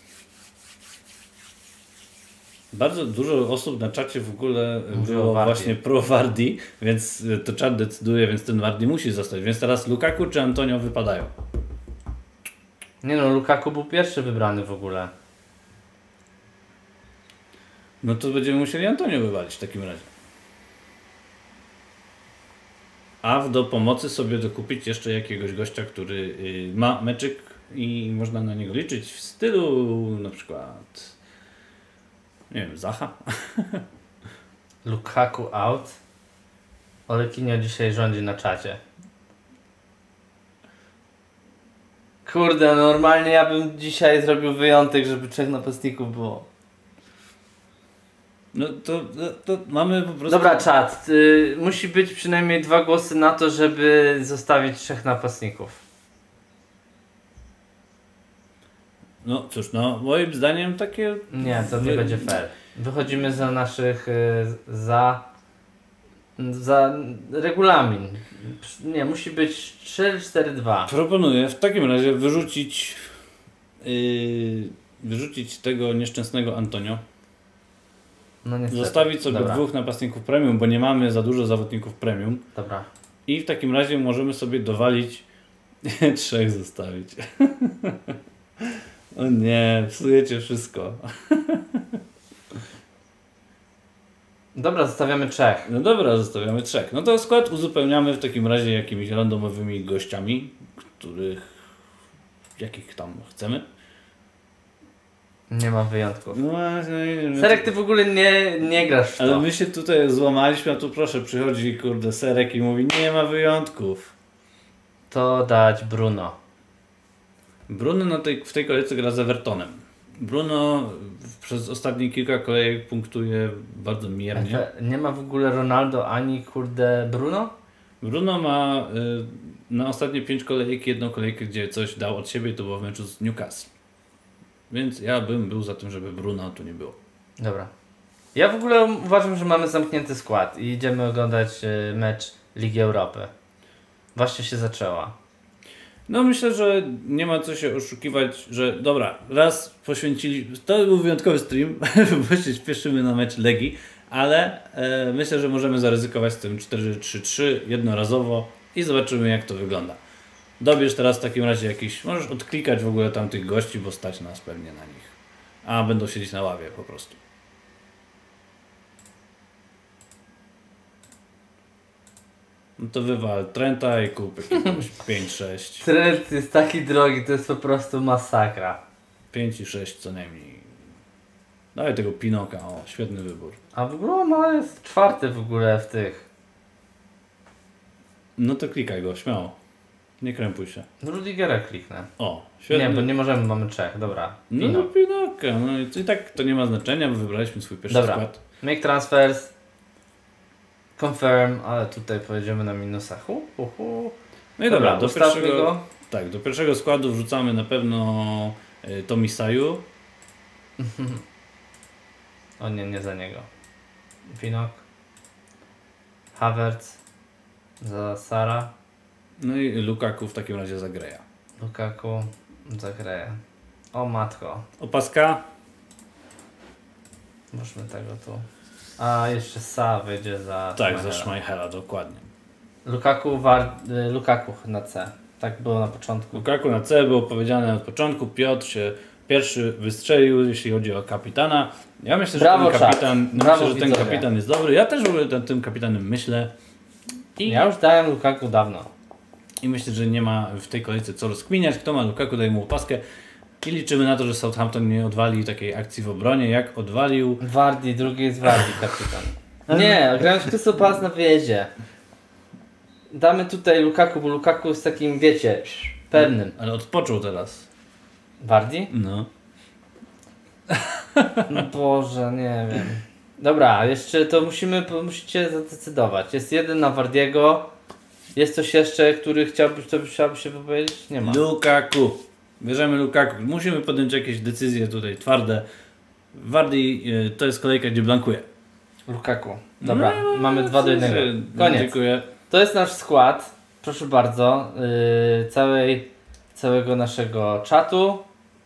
Bardzo dużo osób na czacie w ogóle Mówiło było Vardy. właśnie pro Vardy, więc to czat decyduje, więc ten Vardy musi zostać. Więc teraz Lukaku czy Antonio wypadają? Nie no, Lukaku był pierwszy wybrany w ogóle. No to będziemy musieli Antonio wywalić w takim razie. A w do pomocy sobie dokupić jeszcze jakiegoś gościa, który y, ma meczyk i można na niego liczyć w stylu na przykład, nie wiem, Zaha. Lukaku out. Olekinio dzisiaj rządzi na czacie. Kurde, normalnie ja bym dzisiaj zrobił wyjątek, żeby trzech napastników było. No to, to, to mamy po prostu... Dobra, czat. Y, musi być przynajmniej dwa głosy na to, żeby zostawić trzech napastników. No cóż, no moim zdaniem takie... Nie, to nie będzie fair. Wychodzimy za naszych, y, za, za regulamin. Nie, musi być cztery cztery dwa. Proponuję w takim razie wyrzucić yy, wyrzucić tego nieszczęsnego Antonio. No niestety. Zostawić sobie Dobra. dwóch napastników premium, bo nie mamy za dużo zawodników premium. Dobra. I w takim razie możemy sobie dowalić trzech zostawić. O nie, psujecie wszystko. Dobra, zostawiamy trzech. No dobra, zostawiamy trzech. No to skład uzupełniamy w takim razie jakimiś randomowymi gościami, których jakich tam chcemy. Nie ma wyjątków. No właśnie. Serek, ty w ogóle nie, nie grasz w to. Ale my się tutaj złamaliśmy, a tu proszę, przychodzi kurde Serek i mówi, nie ma wyjątków. To dać Bruno. Bruno na tej, w tej kolejce gra z Evertonem. Bruno przez ostatnie kilka kolejek punktuje bardzo miernie. Efe, nie ma w ogóle Ronaldo ani kurde Bruno? Bruno ma y, na ostatnie pięć kolejek jedną kolejkę, gdzie coś dał od siebie, to było w meczu z Newcastle. Więc ja bym był za tym, żeby Bruno tu nie było. Dobra. Ja w ogóle uważam, że mamy zamknięty skład i idziemy oglądać y, mecz Ligi Europy. Właśnie się zaczęła. No myślę, że nie ma co się oszukiwać, że dobra, raz poświęcili, to był wyjątkowy stream, bo się śpieszymy na mecz Legii, ale e, myślę, że możemy zaryzykować z tym cztery trzy trzy jednorazowo i zobaczymy jak to wygląda. Dobierz teraz w takim razie jakiś, możesz odklikać w ogóle tam tych gości, bo stać nas pewnie na nich. A będą siedzieć na ławie po prostu. No to wywal Trenta i kup jakiegoś pięć sześć. Trend jest taki drogi, to jest po prostu masakra. pięć i sześć co najmniej. Dawaj tego Pinoka, o, świetny wybór. A w ogóle no jest czwarty w ogóle w tych. No to klikaj go, śmiało. Nie krępuj się. Rudigera kliknę. O, świetny. Nie, bo nie możemy, mamy trzech, dobra. No Pino. do Pinoka, no i i tak to nie ma znaczenia, bo wybraliśmy swój pierwszy Dobra. skład. Make transfers. Confirm, ale tutaj pojedziemy na minusach. Hu, hu, hu. No i dobra, do ustawmy pierwszego, go. tak, do pierwszego składu wrzucamy na pewno y, Tomi Sayu. O nie, nie za niego. Pinok. Havertz. Za Sara. No i Lukaku w takim razie za Greya. Lukaku. Za Greya. O matko. Opaska. Możemy tego tu. A jeszcze Sa wyjdzie za Tak, Schmeichela. za Schmeichela, dokładnie. Lukaku, War... y, Lukaku na C. Tak było na początku. Lukaku na C było powiedziane od początku. Piotr się pierwszy wystrzelił, jeśli chodzi o kapitana. Ja myślę, że Brawo, ten kapitan, Brawo, myślę, że ten widzowie. kapitan jest dobry. Ja też w ogóle nad tym kapitanem myślę. I, Ja już dałem Lukaku dawno. I myślę, że nie ma w tej kolejce co rozkminiać. Kto ma Lukaku, daje mu opaskę. I liczymy na to, że Southampton nie odwali takiej akcji w obronie, jak odwalił. Wardy, drugi jest Wardy kapitan. Nie, grając w Crystal Palace na wyjeździe. Damy tutaj Lukaku, bo Lukaku jest takim, wiecie, pewnym. Ale odpoczął teraz. Wardy? No. No Boże, nie wiem. Dobra, jeszcze to musimy, musicie zadecydować. Jest jeden na Wardiego. Jest coś jeszcze, który chciałby, kto by chciałby się wypowiedzieć? Nie ma. Lukaku. Bierzemy Lukaku. Musimy podjąć jakieś decyzje tutaj twarde. Wardy y, to jest kolejka, gdzie blankuje. Lukaku. Dobra, No, mamy dwa do jednego. no, Koniec. Dziękuję. To jest nasz skład. Proszę bardzo. Yy, całej, całego naszego czatu.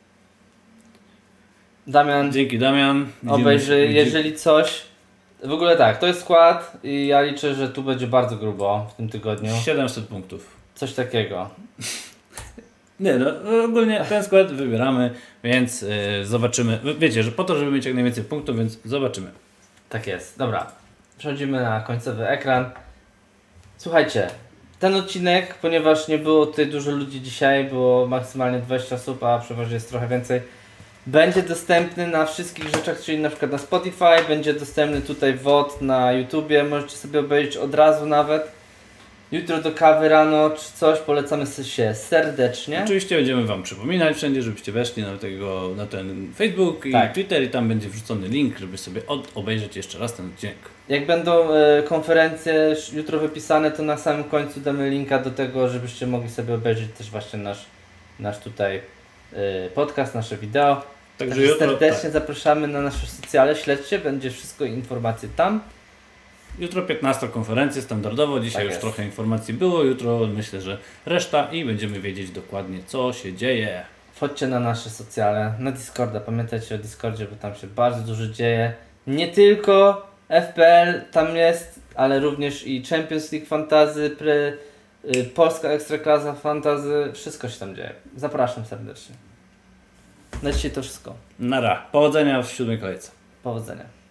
Damian, Dzięki Damian. Widzimy obejrzy, się- jeżeli coś. W ogóle tak, to jest skład i ja liczę, że tu będzie bardzo grubo w tym tygodniu. siedemset punktów. Coś takiego. Nie no, ogólnie ten skład wybieramy, więc y, zobaczymy. Wiecie, że po to, żeby mieć jak najwięcej punktów, więc zobaczymy. Tak jest. Dobra. Przechodzimy na końcowy ekran. Słuchajcie, ten odcinek, ponieważ nie było tutaj dużo ludzi dzisiaj, było maksymalnie dwadzieścia osób, a przeważnie jest trochę więcej, będzie dostępny na wszystkich rzeczach, czyli na przykład na Spotify, będzie dostępny tutaj W O D na YouTubie, możecie sobie obejrzeć od razu nawet. Jutro do kawy rano czy coś, polecamy się serdecznie. Oczywiście będziemy Wam przypominać wszędzie, żebyście weszli na, tego, na ten Facebook i Tak. Twitter i tam będzie wrzucony link, żeby sobie od, obejrzeć jeszcze raz ten odcinek. Jak będą e, konferencje sz- jutro wypisane, to na samym końcu damy linka do tego, żebyście mogli sobie obejrzeć też właśnie nasz, nasz tutaj e, podcast, nasze wideo. Także Także jutro, serdecznie tak, zapraszamy na nasze socjale, śledźcie, będzie wszystko informacje tam. jutro piętnasta konferencja standardowo, dzisiaj Tak już jest. trochę informacji było, jutro myślę, że reszta i będziemy wiedzieć dokładnie co się dzieje. Wchodźcie na nasze socjale, na Discorda, pamiętajcie o Discordzie, bo tam się bardzo dużo dzieje. Nie tylko F P L tam jest, ale również i Champions League Fantasy, pre, y, Polska Ekstraklasa Fantasy, wszystko się tam dzieje. Zapraszam serdecznie. Na dzisiaj to wszystko. Nara, powodzenia w siódmej kolejce. Powodzenia.